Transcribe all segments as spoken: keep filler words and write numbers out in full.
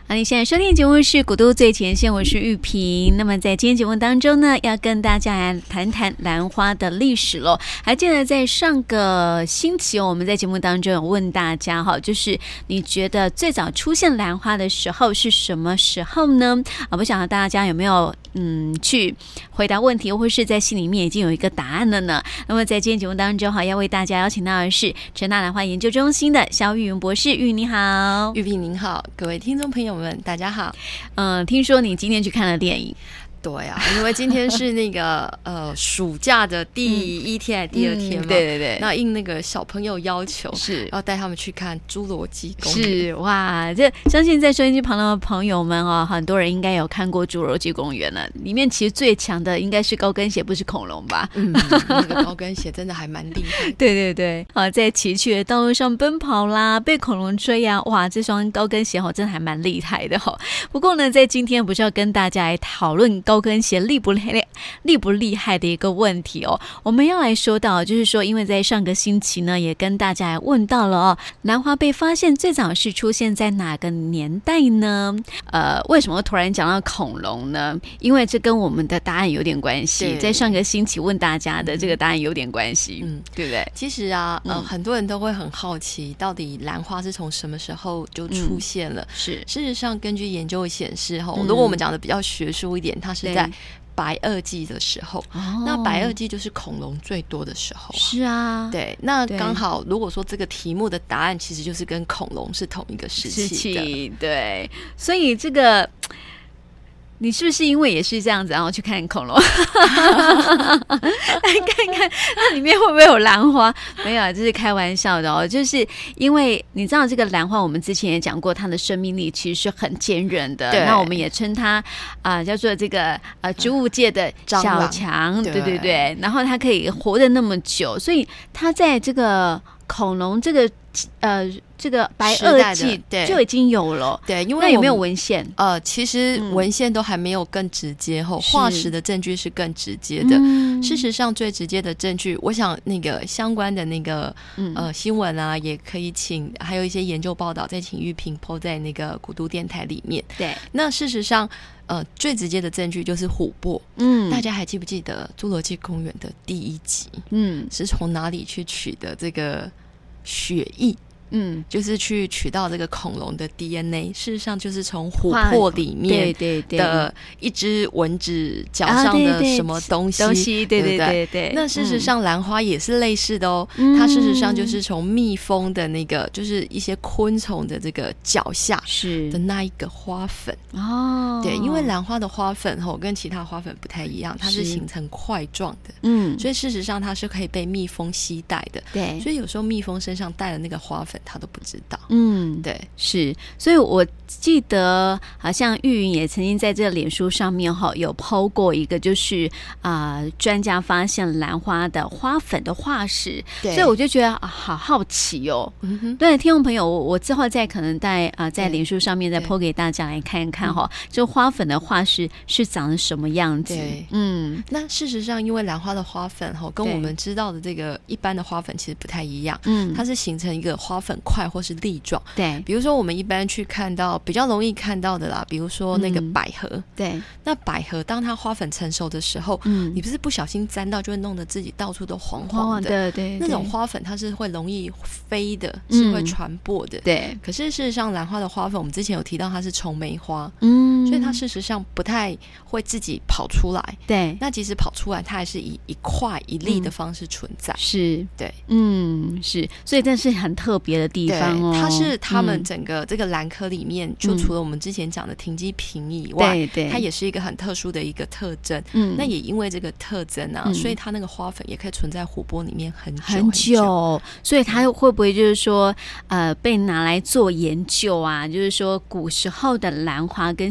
好，你现在收听节目是古都最前线，我是玉萍。那么在今天节目当中呢，要跟大家来谈谈兰花的历史咯。还记得在上个星期哦，我们在节目当中有问大家哈，就是你觉得最早出现兰花的时候是什么时候呢？啊，不晓得大家有没有嗯去回答问题，或是在心里面已经有一个答案了呢？那么在今天节目当中哈，要为大家邀请到的是成大兰花研究中心的萧玉云博士。玉云你好。 玉萍您好，各位听众朋友们大家好。 嗯，听说你今天去看了电影。 对啊，因为今天是那个呃暑假的第一天还是第二天嘛、嗯、 对对对， 那应那个小朋友要求是要带他们去看侏罗纪公园。 是哇，这相信在收音机旁的朋友们哦，很多人应该有看过侏罗纪公园了。里面其实最强的应该是高跟鞋，不是恐龙吧？ 嗯，那个高跟鞋真的还蛮厉害。 对对对，啊，在崎岖的道路上奔跑啦，被恐龙追啊，哇，这双高跟鞋哦，真的还蛮厉害的哦。不过呢，在今天不是要跟大家来讨论高跟鞋厉不厉厉不厉害的一个问题哦，我们要来说到，就是说，因为在上个星期呢，也跟大家来问到了哦，兰花被发现最早是出现在哪个年代呢？呃，为什么突然讲到恐龙呢？因为这跟我们的答案有点关系，在上个星期问大家的这个答案有点关系，嗯，对不对？ 其实啊，呃，嗯、很多人都会很好奇，到底兰花是从什么时候就出现了？嗯、是，事实上，根据研究显示，哈、嗯，如果我们讲的比较学术一点，它是在白垩纪的时候、哦、那白垩纪就是恐龙最多的时候、啊、 是啊， 对，那刚好如果说这个题目的答案其实就是跟恐龙是同一个时期的， 对，所以这个你是不是因为也是这样子然后去看恐龙来看看那里面会不会有兰花？没有，这是开玩笑的哦，就是因为你知道这个兰花我们之前也讲过，它的生命力其实是很坚韧的，那我们也称它、呃、叫做这个呃植物界的小强，对对对，然后它可以活得那么久，所以它在这个恐龙这个呃这个白垩纪就已经有了， 对，因为那有没有文献？ 呃，其实文献都还没有更直接后、嗯、化石的证据是更直接的、嗯。事实上，最直接的证据，我想那个相关的那个、嗯、呃新闻啊，也可以请，还有一些研究报道，再请玉萍 po 在那个古都电台里面。 对， 那事实上，呃，最直接的证据就是琥珀。嗯，大家还记不记得侏罗纪公园的第一集？嗯，是从哪里去取得这个血液？嗯，就是去取到这个恐龙的 D N A， 事实上就是从琥珀里面的一只蚊子脚上的什么东西， 东西，对对对对。 那事实上兰花也是类似的哦，嗯、它事实上就是从蜜蜂的那个，就是一些昆虫的这个脚下是的那一个花粉哦。对，因为兰花的花粉吼跟其他花粉不太一样，它是形成块状的，嗯，所以事实上它是可以被蜜蜂携带的。对，所以有时候蜜蜂身上带了那个花粉。他都不知道，嗯，对， 是，所以我记得好像玉云也曾经在这个脸书上面哈有 po 过一个，就是啊、呃、专家发现兰花的花粉的化石，对，所以我就觉得、啊、好好奇哦。嗯哼，对，听众朋友，我我之后再可能在啊、呃、在脸书上面再 po 给大家来看一看哈，就花粉的化石是长得什么样子。 对，嗯，那事实上，因为兰花的花粉哈跟我们知道的这个一般的花粉其实不太一样，嗯，它是形成一个花粉块或是粒状，对，比如说我们一般去看到比较容易看到的啦，比如说那个百合，嗯、对，那百合当它花粉成熟的时候，嗯，你不是不小心沾到就会弄得自己到处都黄黄的，对 对, 对，那种花粉它是会容易飞的，是会传播的，嗯、对。可是事实上兰花的花粉，我们之前有提到它是虫媒花，嗯，所以它事实上不太会自己跑出来，对。那即使跑出来，它还是以一块一粒的方式存在，嗯、是，对， 嗯，是，所以这是很特别的地方哦。 它是他们整个这个兰科里面、嗯、就除了我们之前讲的停机坪以外，对对，它也是一个很特殊的一个特征。嗯，那也因为这个特征啊、嗯，所以它那个花粉也可以存在琥珀里面很久很久。很久，所以它会不会就是说，呃，被拿来做研究啊？就是说，古时候的兰花跟现在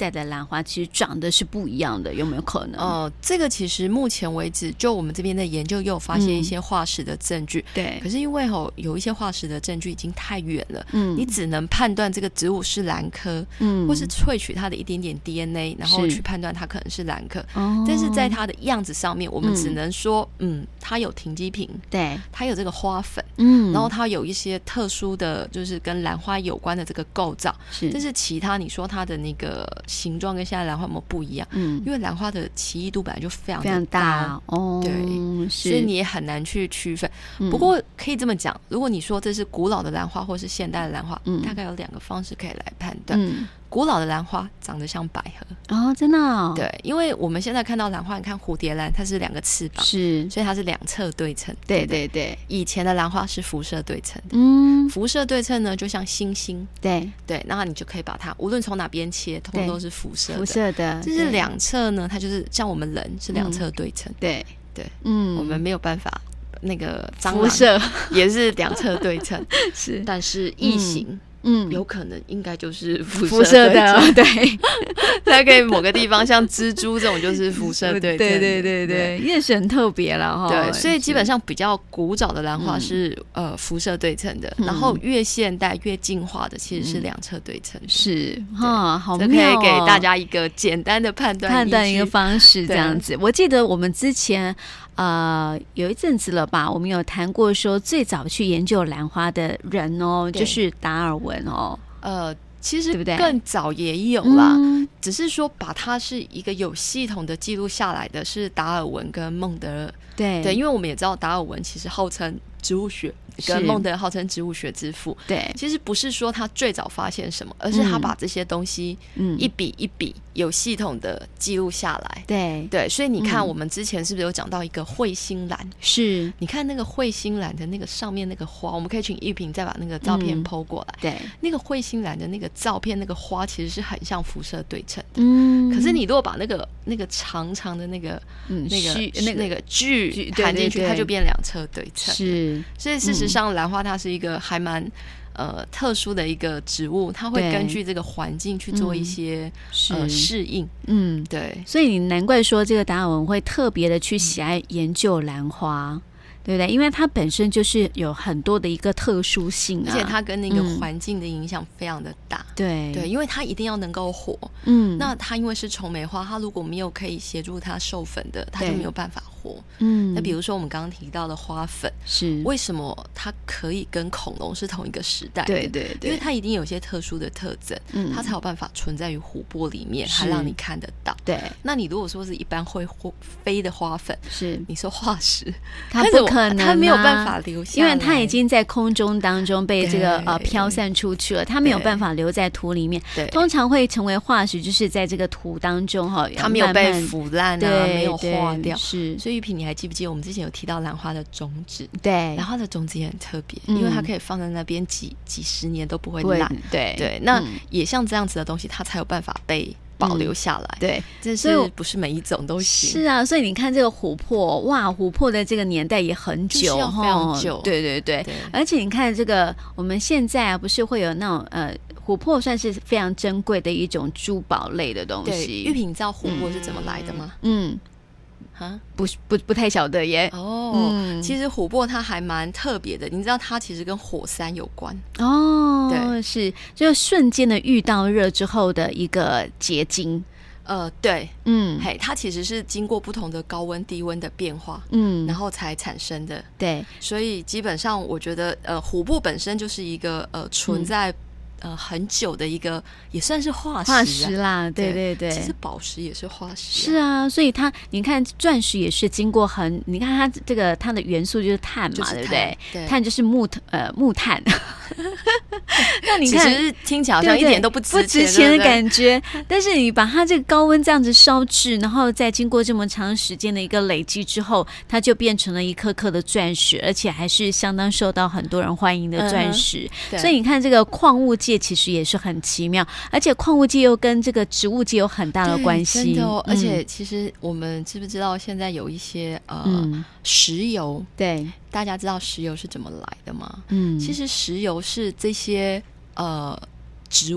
代的兰花其实长得是不一样的，有没有可能？ 呃，这个其实目前为止，就我们这边的研究又有发现一些化石的证据。 嗯、对， 可是因为哦，有一些化石的证据已经太远了，嗯，你只能判断这个植物是兰科，嗯，或是萃取它的一点点 D N A， 然后去判断它可能是兰科。哦，但是在它的样子上面，我们只能说，嗯，嗯它有停机坪， 对， 它有这个花粉，嗯，然后它有一些特殊的，就是跟兰花有关的这个构造。是，但是其他你说它的那个形状跟现在兰花有没有不一样？嗯，因为兰花的奇异度本来就非常的非常大哦， 对，所以你也很难去区分。嗯、不过可以这么讲，如果你说这是古老的兰花或是现代的兰花，嗯、大概有两个方式可以来判断。嗯，古老的兰花长得像百合哦，真的、哦、 对，因为我们现在看到兰花，你看蝴蝶兰，它是两个翅膀， 是， 所以它是两侧对称。 对对对， 以前的兰花是辐射对称的，嗯，辐射对称呢，就像星星， 对对，那你就可以把它无论从哪边切，通通都是辐射的。 辐射的， 就是两侧呢，它就是像我们人是两侧对称， 嗯、对对，嗯，我们没有办法。那个蟑螂辐射也是两侧对称， 是， 但是异形。嗯，有可能应该就是辐射的，对， 它可以某个地方像蜘蛛这种就是辐射对称， 对对对对，也是很特别了哈。 对，所以基本上比较古早的兰花是、嗯、呃辐射对称的、嗯，然后越现代越进化的其实是两侧对称的， 是哈，好妙、哦，这可以给大家一个简单的判断判断一个方式，这样子。我记得我们之前。呃，有一阵子了吧，我们有谈过说最早去研究兰花的人哦，就是达尔文哦。 呃，其实更早也有啦，嗯、只是说把它是一个有系统的记录下来的是达尔文跟孟德尔。 对对， 因为我们也知道达尔文其实号称植物学，跟孟德尔号称植物学之父。 对， 其实不是说他最早发现什么，而是他把这些东西一笔一笔有系统的记录下来。 对对，所以你看，我们之前是不是有讲到一个彗星兰？ 是， 你看那个彗星兰的那个上面那个花，我们可以请玉萍再把那个照片 po 过来。 嗯、对， 那个彗星兰的那个照片，那个花其实是很像辐射对称的。嗯，可是你如果把那个那个长长的那个、嗯、那个那个那个锯含进去，它就变两侧对称。 是， 所以事实上，兰花它是一个还蛮呃特殊的一个植物，它会根据这个环境去做一些、嗯、呃适应。嗯，对。 所以你难怪说这个达尔文会特别的去喜爱研究兰花。嗯，对不对？因为它本身就是有很多的一个特殊性、啊， 而且它跟那个环境的影响非常的大。 嗯、对对，因为它一定要能够活。嗯，那它因为是虫媒花，它如果没有可以协助它授粉的，它就没有办法活。嗯，那比如说我们刚刚提到的花粉，是为什么它可以跟恐龙是同一个时代的？ 对对对， 因为它一定有一些特殊的特征，嗯，它才有办法存在于琥珀里面，还让你看得到。 对， 那你如果说是一般会飞的花粉， 是你说化石， 它不可能、啊， 它没有办法留下来， 因为它已经在空中当中被这个呃飘散出去了，它没有办法留在土里面。对，通常会成为化石，就是在这个土当中哈， 它没有被腐烂啊，没有化掉。 是， 所以玉萍，你还记不记得我们之前有提到兰花的种子？ 对， 兰花的种子也很特别、嗯，因为它可以放在那边几几十年都不会烂。 对对，那、嗯、也像这样子的东西，它才有办法被保留下来。 嗯、对， 这是不是每一种都行？ 是啊，所以你看这个琥珀，哇，琥珀的这个年代也很久， 就是、非常久。 对对 对, 对，而且你看这个，我们现在啊，不是会有那种呃。琥珀算是非常珍贵的一种珠宝类的东西。 玉萍，你知道琥珀是怎么来的吗？ 嗯，啊，不不不太晓得耶。 哦、嗯，其实琥珀它还蛮特别的，你知道它其实跟火山有关。 哦，对，是，就是瞬间的遇到热之后的一个结晶。 呃，对，嗯，嘿，它其实是经过不同的高温、低温的变化，嗯，然后才产生的。 对， 所以基本上我觉得，呃，琥珀本身就是一个呃存在、嗯。呃，很久的一个也算是化石、啊、 化石啦，对对对， 其实宝石也是化石、啊， 是啊，所以它你看钻石也是经过很，你看它这个它的元素就是碳嘛， 就是、 对不对？ 对， 碳就是木呃木炭。那你看， 其实听起来好像一点都不值钱不值钱的感觉，对对，但是你把它这个高温这样子烧制，然后再经过这么长时间的一个累积之后，它就变成了一颗颗的钻石，而且还是相当受到很多人欢迎的钻石。嗯、所以你看，这个矿物界其实也是很奇妙，而且矿物界又跟这个植物界有很大的关系。 真的哦、嗯，而且其实我们知不知道现在有一些呃、嗯、石油？ 对。 大家知道石油是怎么来的吗？嗯，其实石油是这些呃植物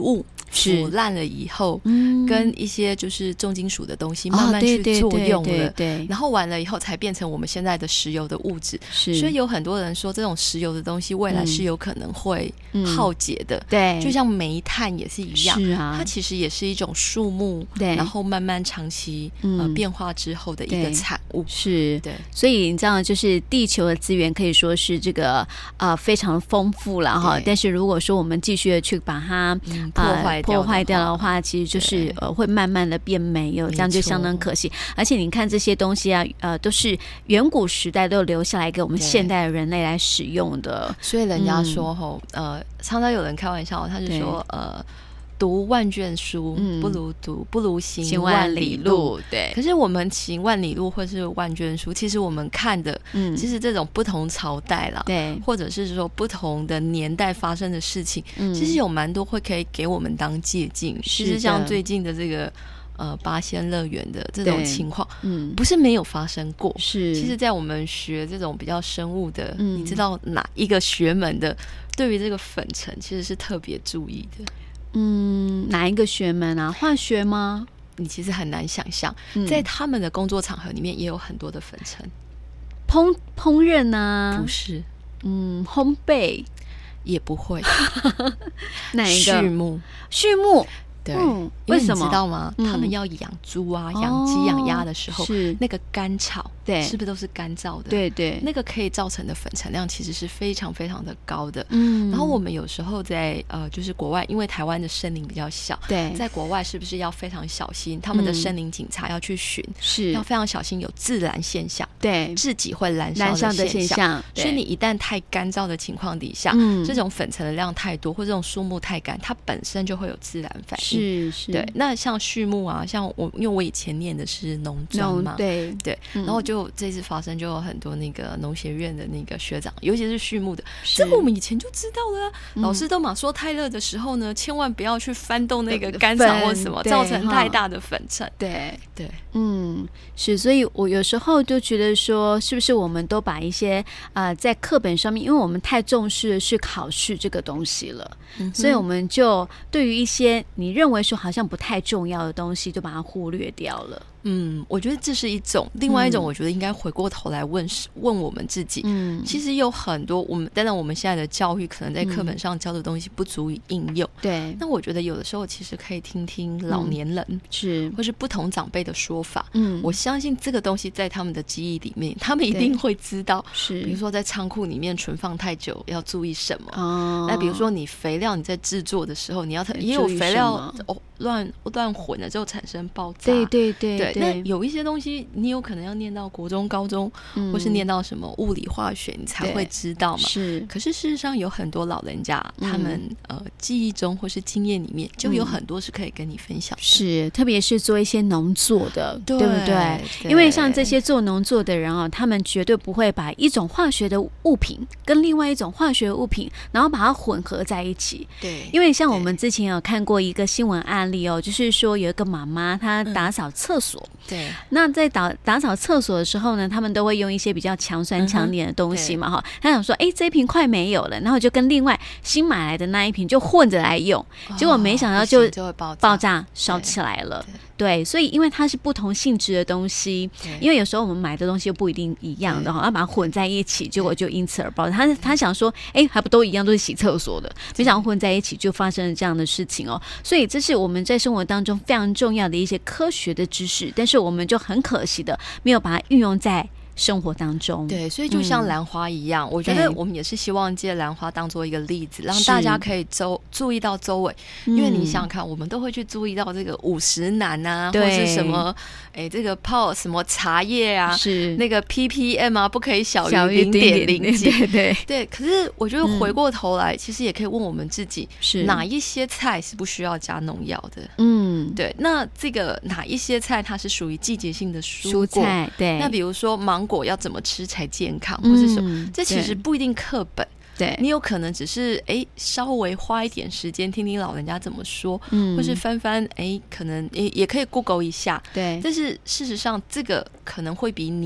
腐烂了以后，嗯，跟一些就是重金属的东西慢慢去作用了，哦、对对对对对，然后完了以后才变成我们现在的石油的物质。是，所以有很多人说这种石油的东西未来是有可能会耗竭的，对、嗯，就像煤炭也是一样，是啊，它其实也是一种树木，对，然后慢慢长期、嗯、呃变化之后的一个产物， 是，对，所以你知道，就是地球的资源可以说是这个呃非常丰富了哈，但是如果说我们继续的去把它、 嗯、破坏破坏掉的话，其实就是呃会慢慢的变没有，这样就相当可惜。而且你看这些东西啊，呃，都是远古时代都留下来给我们现代的人类来使用的。 所以人家说吼、嗯，呃，常常有人开玩笑，他就说呃。读万卷书、嗯、不如读不如行万里路， 对。 可是我们行万里路或是万卷书，其实我们看的，嗯，其实这种不同朝代啦，对，或者是说不同的年代发生的事情，嗯，其实有蛮多会可以给我们当借鉴。其实像最近的这个呃八仙乐园的这种情况，嗯，不是没有发生过，是。其实，在我们学这种比较生物的，嗯，你知道哪一个学门的，对于这个粉尘其实是特别注意的。 嗯，哪一个学门啊？化学吗？ 你其实很难想象、嗯，在他们的工作场合里面也有很多的粉尘。 烹烹饪啊？ 不是， 嗯，烘焙也不会。 哪一个？ 畜牧， 畜牧。 对、嗯，为什么你知道吗、嗯？他们要养猪啊、养鸡、养鸭的时候，是那个干草，对，是不是都是干燥的？对对，那个可以造成的粉尘量其实是非常非常的高的。嗯，然后我们有时候在呃，就是国外，因为台湾的森林比较小，对，在国外是不是要非常小心？他们的森林警察要去巡，是、嗯、要非常小心有自燃现象，对，自己会燃烧的现象。的现象所以你一旦太干燥的情况底下，嗯，这种粉尘的量太多，或这种树木太干，它本身就会有自燃反应。是是，对。那像畜牧啊，像我，因为我以前念的是农专嘛，对对、嗯，然后就这次发生就有很多那个农学院的那个学长，尤其是畜牧的，这个我们以前就知道了、啊嗯、老师都嘛说太热的时候呢，千万不要去翻动那个干草或什么，造成太大的粉尘。对对， 嗯，是，所以我有时候就觉得说，是不是我们都把一些呃在课本上面，因为我们太重视的是考试这个东西了、嗯，所以我们就对于一些你认为说好像不太重要的东西就把它忽略掉了。 嗯，我觉得这是一种，另外一种我觉得应该回过头来问问我们自己，嗯，其实有很多我们当然我们现在的教育可能在课本上教的东西不足以应用，对，那我觉得有的时候其实可以听听老年人、嗯、是或是不同长辈的说法，嗯，我相信这个东西在他们的记忆里面他们一定会知道，是比如说在仓库里面存放太久要注意什么，哦，那比如说你肥料你在制作的时候你要也有肥料哦乱乱混了之后产生爆炸，对对对 对, 对，那有一些东西你有可能要念到国中高中、嗯、或是念到什么物理化学你才会知道嘛，是。可是事实上有很多老人家、嗯、他们呃记忆中或是经验里面就有很多是可以跟你分享的、嗯、 是，特别是做一些农作的， 对, 对不 对, 对，因为像这些做农作的人啊，他们绝对不会把一种化学的物品跟另外一种化学物品然后把它混合在一起，对，因为像我们之前有看过一个新闻案例哦，就是说有一个妈妈她打扫厕所、嗯，对，那在打打扫厕所的时候呢，他们都会用一些比较强酸强碱的东西嘛，哈、嗯，他想说，哎，这一瓶快没有了，然后就跟另外新买来的那一瓶就混着来用，哦、结果没想到就就会爆炸爆炸烧起来了。对，所以因为它是不同性质的东西，因为有时候我们买的东西又不一定一样的哈，要把它混在一起，结果就因此而爆炸。他他想说，哎，还不都一样，都是洗厕所的，没想到混在一起就发生了这样的事情哦。所以这是我们在生活当中非常重要的一些科学的知识，但是我们就很可惜的没有把它运用在生活当中。 对，所以就像兰花一样、嗯、我觉得我们也是希望借兰花当做一个例子，让大家可以周注意到周围、嗯、因为你想想看，我们都会去注意到这个五十楠啊，或是什么哎，这个泡什么茶叶啊，是那个 P P M 啊，不可以小于零点零几，对对对。可是我觉得回过头来、嗯、其实也可以问我们自己，是哪一些菜是不需要加农药的，嗯，对。那这个哪一些菜它是属于季节性的蔬果，蔬菜，对，那比如说芒果要怎么吃才健康、嗯、或是什么，这其实不一定课本，对，你有可能只是哎稍微花一点时间听听老人家怎么说，嗯，或是翻翻哎可能也也可以 Google 一下，对。但是事实上这个可能会比你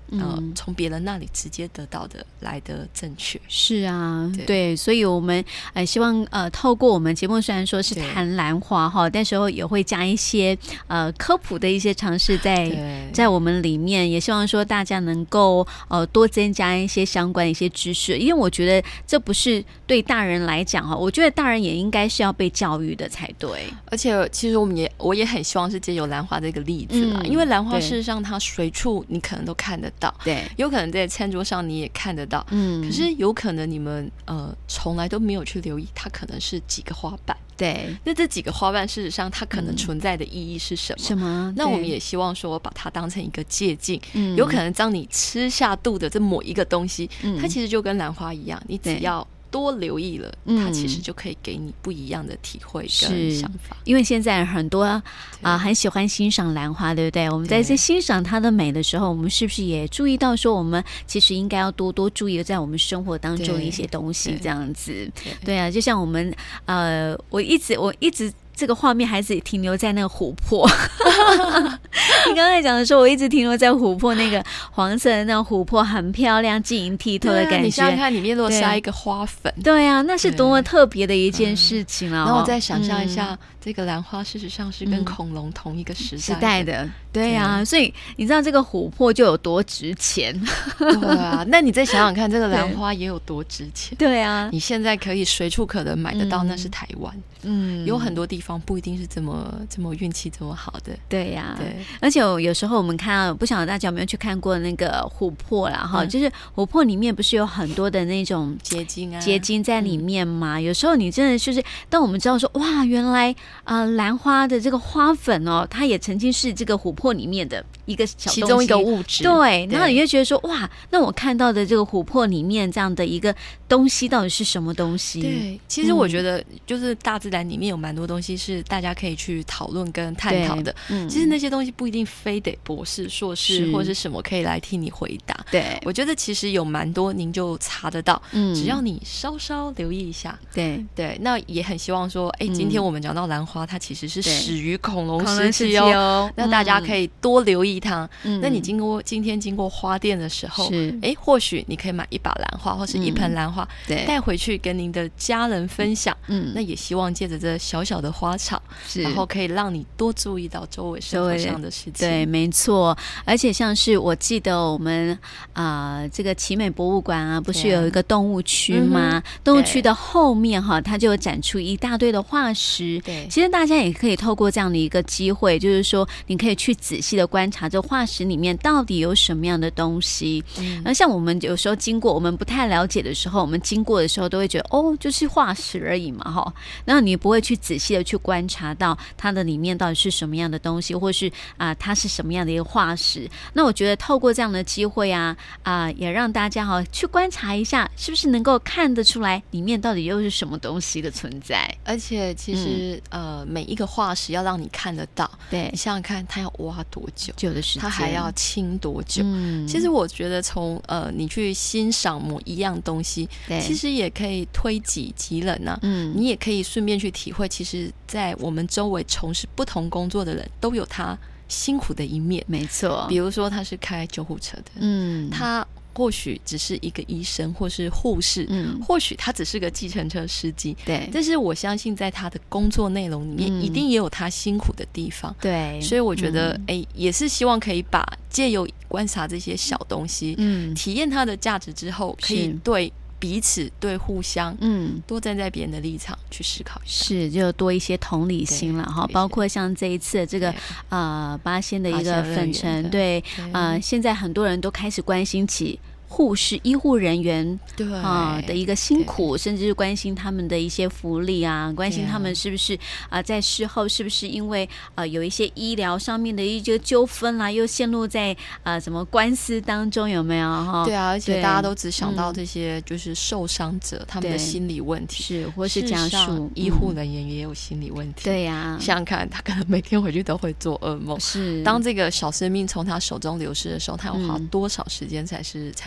呃从别人那里直接得到的来的正确。 是啊， 对, 对，所以我们呃希望呃透过我们节目虽然说是谈兰花哈，但是也会加一些呃科普的一些尝试在在我们里面，也希望说大家能够呃多增加一些相关的一些知识，因为我觉得这不是对大人来讲哈，我觉得大人也应该是要被教育的才对。 而且其实我们也我也很希望是借由兰花这个例子啦、嗯、因为兰花事实上它随处你可能都看得到，对，有可能在餐桌上你也看得到，嗯，可是有可能你们呃从来都没有去留意它可能是几个花瓣。对，那这几个花瓣事实上它可能存在的意义是什么？什么？那我们也希望说把它当成一个借镜，嗯，有可能当你吃下肚的这某一个东西，嗯，它其实就跟兰花一样，你只要多留意了，它其实就可以给你不一样的体会跟想法。 因为现在很多啊、呃、很喜欢欣赏兰花，对不对？我们在这欣赏它的美的时候，我们是不是也注意到说我们其实应该要多多注意在我们生活当中的一些东西，这样子。 对, 对啊，就像我们呃我一直我一直这个画面还是停留在那个琥珀你刚才讲的时候我一直停留在琥珀，那个黄色的那种琥珀很漂亮晶莹剔透的感觉、啊、 你想想看里面如果塞一个花粉， 对, 对啊，那是多么特别的一件事情啊、嗯、 然后我再想象一下、嗯、这个兰花事实上是跟恐龙同一个时代 的,、嗯、时代的对啊，所以你知道这个琥珀就有多值钱对啊，那你再想想看这个兰花也有多值钱。 对啊， 你现在可以随处可能买得到、嗯、那是台湾，嗯，有很多地方不一定是这么这么运气这么好的。 对呀、啊，对，而且有时候我们看到，不晓得大家有没有去看过那个琥珀啦哈、嗯，就是琥珀里面不是有很多的那种结晶啊结晶在里面嘛、嗯、有时候你真的就是当我们知道说哇原来啊、呃、兰花的这个花粉哦，它也曾经是这个琥珀里面的一个小东西， 其中一个物质， 对，然后你就觉得说哇，那我看到的这个琥珀里面这样的一个东西到底是什么东西？ 对，其实我觉得就是大自然里面有蛮多东西是大家可以去讨论跟探讨的、嗯、其实那些东西不一定非得博士硕士或是什么可以来替你回答。对，我觉得其实有蛮多您就查得到、嗯、只要你稍稍留意一下。对对，那也很希望说哎、欸，今天我们讲到兰花它其实是始于恐龙时期 哦, 哦那大家可以多留意它、嗯、那你经过今天经过花店的时候哎，或许你可以买一把兰花或是一盆兰花、嗯、带回去跟您的家人分享。嗯，那也希望借着这小小的花草，然后可以让你多注意到周围生活上的事情。 对，没错。而且像是我记得我们啊、呃，这个奇美博物馆啊，不是有一个动物区吗？嗯、动物区的后面哈，它就有展出一大堆的化石。对，其实大家也可以透过这样的一个机会，就是说你可以去仔细的观察这化石里面到底有什么样的东西。嗯，那像我们有时候经过，我们不太了解的时候，我们经过的时候都会觉得哦，就是化石而已嘛，哈。然后你不会去仔细的去观察到它的里面到底是什么样的东西，或是啊、呃、它是什么样的一个化石。那我觉得透过这样的机会啊啊、呃，也让大家哈、哦、去观察一下，是不是能够看得出来里面到底又是什么东西的存在。 而且其实、嗯、呃每一个化石要让你看得到，对，你想想看它要挖多久， 久的时间， 它还要清多久。嗯，其实我觉得从呃你去欣赏某一样东西，其实也可以推己及人啊。嗯，你也可以顺便去体会，其实在我们周围从事不同工作的人都有他辛苦的一面。没错，比如说他是开救护车的，嗯，他或许只是一个医生或是护士，嗯，或许他只是个计程车司机，对，但是我相信在他的工作内容里面、嗯、一定也有他辛苦的地方。对，所以我觉得哎、嗯欸，也是希望可以把借由观察这些小东西，嗯，体验它的价值之后，可以对彼此对互相，嗯，多站在别人的立场去思考一下， 是就多一些同理心了哈。包括像这一次这个呃八仙的一个粉尘，对呃现在很多人都开始关心起护士医护人员对啊、呃、的一个辛苦，甚至是关心他们的一些福利啊，关心他们是不是啊、呃、在事后是不是因为呃有一些医疗上面的一些纠纷啦，又陷入在呃什么官司当中，有没有哈？ 对啊，而且大家都只想到这些就是受伤者、嗯、他们的心理问题， 是或是家属， 医护人员也有心理问题。 对呀、啊， 想想看，他可能每天回去都会做噩梦。是，当这个小生命从他手中流失的时候，他要花多少时间才是才能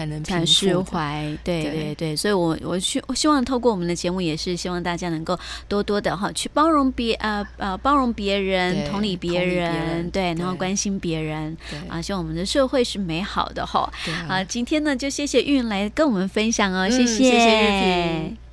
能才释怀。对对 对, 对，所以我我希我希望透过我们的节目，也是希望大家能够多多的哈去包容别呃呃包容别人，同理别人，对，然后关心别人啊，希望我们的社会是美好的哈。啊，今天呢就谢谢韵来跟我们分享哦，谢谢， 嗯、谢谢玉萍。